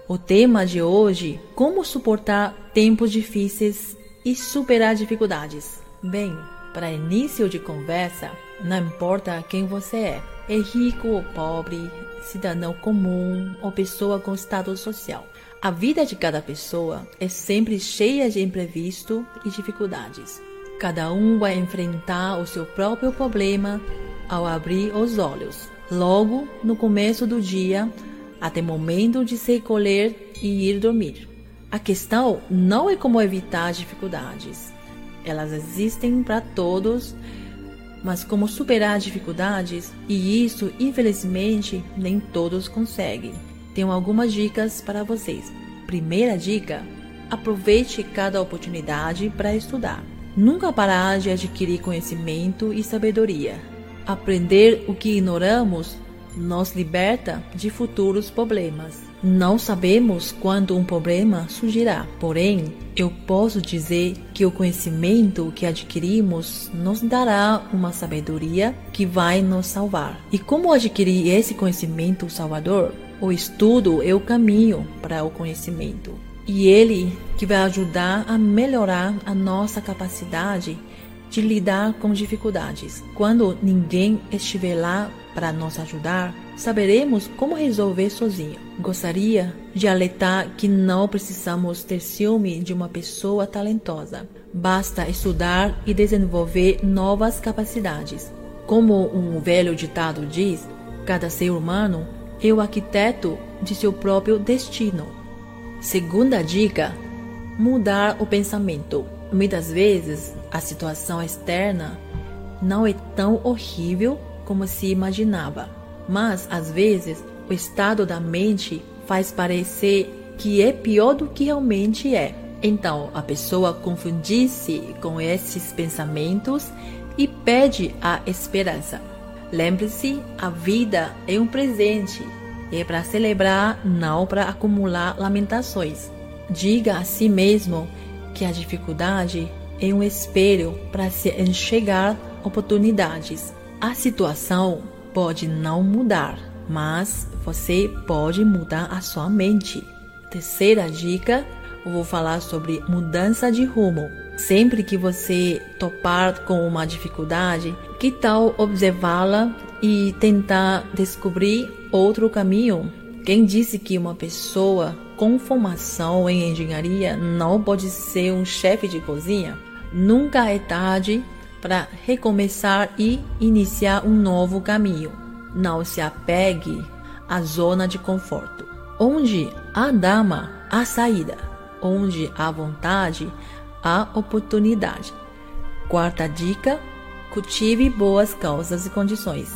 O tema de hoje: como suportar tempos difíceis e superar dificuldades. Bem, para início de conversa, não importa quem você é rico ou pobre, cidadão comum ou pessoa com status social. A vida de cada pessoa é sempre cheia de imprevisto e dificuldades. Cada um vai enfrentar o seu próprio problema ao abrir os olhos, logo no começo do dia, até o momento de se recolher e ir dormir. A questão não é como evitar dificuldades. Elas existem para todos, mas como superar dificuldades, e isso, infelizmente, nem todos conseguem. Tenho algumas dicas para vocês. Primeira dica: aproveite cada oportunidade para estudar. Nunca parar de adquirir conhecimento e sabedoria. Aprender o que ignoramos nos liberta de futuros problemas. Não sabemos quando um problema surgirá, porém, eu posso dizer que o conhecimento que adquirimos nos dará uma sabedoria que vai nos salvar. E como adquirir esse conhecimento salvador? O estudo é o caminho para o conhecimento. E ele que vai ajudar a melhorar a nossa capacidade de lidar com dificuldades. Quando ninguém estiver lá para nos ajudar, saberemos como resolver sozinho. Gostaria de alertar que não precisamos ter ciúme de uma pessoa talentosa. Basta estudar e desenvolver novas capacidades. Como um velho ditado diz, cada ser humano é o arquiteto de seu próprio destino. Segunda dica: mudar o pensamento. Muitas vezes, a situação externa não é tão horrível como se imaginava, mas às vezes o estado da mente faz parecer que é pior do que realmente é. Então a pessoa confunde-se com esses pensamentos e perde a esperança. Lembre-se, a vida é um presente, é para celebrar, não para acumular lamentações. Diga a si mesmo que a dificuldade é um espelho para se enxergar oportunidades. A situação pode não mudar, mas você pode mudar a sua mente. Terceira dica: eu vou falar sobre mudança de rumo. Sempre que você topar com uma dificuldade, que tal observá-la e tentar descobrir outro caminho? Quem disse que uma pessoa com formação em engenharia não pode ser um chefe de cozinha? Nunca é tarde para recomeçar e iniciar um novo caminho. Não se apegue à zona de conforto. Onde há dama, há saída. Onde há vontade, há oportunidade. Quarta dica: cultive boas causas e condições.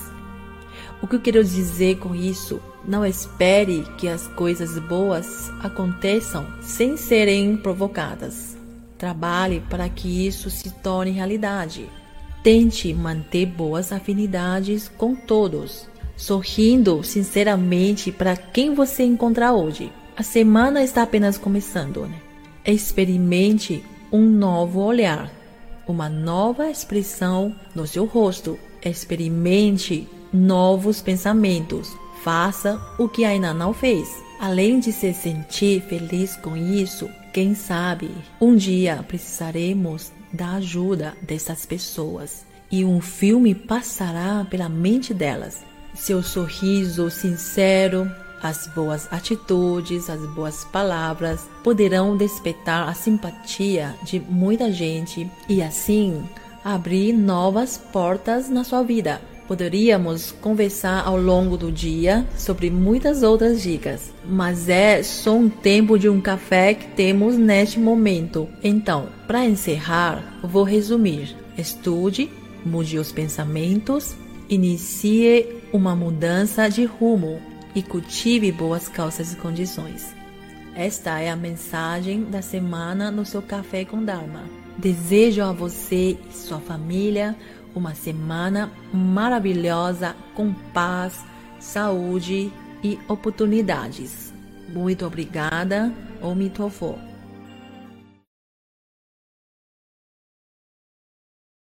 O que eu quero dizer com isso? Não espere que as coisas boas aconteçam sem serem provocadas. Trabalhe para que isso se torne realidade. Tente manter boas afinidades com todos, sorrindo sinceramente para quem você encontrar hoje. A semana está apenas começando, né? Experimente um novo olhar, uma nova expressão no seu rosto. Experimente novos pensamentos. Faça o que ainda não fez. Além de se sentir feliz com isso, quem sabe um dia precisaremos da ajuda dessas pessoas e um filme passará pela mente delas. Seu sorriso sincero, as boas atitudes, as boas palavras poderão despertar a simpatia de muita gente e assim abrir novas portas na sua vida. Poderíamos conversar ao longo do dia sobre muitas outras dicas, mas é só um tempo de um café que temos neste momento. Então, para encerrar, vou resumir. Estude, mude os pensamentos, inicie uma mudança de rumo e cultive boas causas e condições. Esta é a mensagem da semana no seu Café com Dharma. Desejo a você e sua família uma semana maravilhosa com paz, saúde e oportunidades. Muito obrigada, Om Tofo.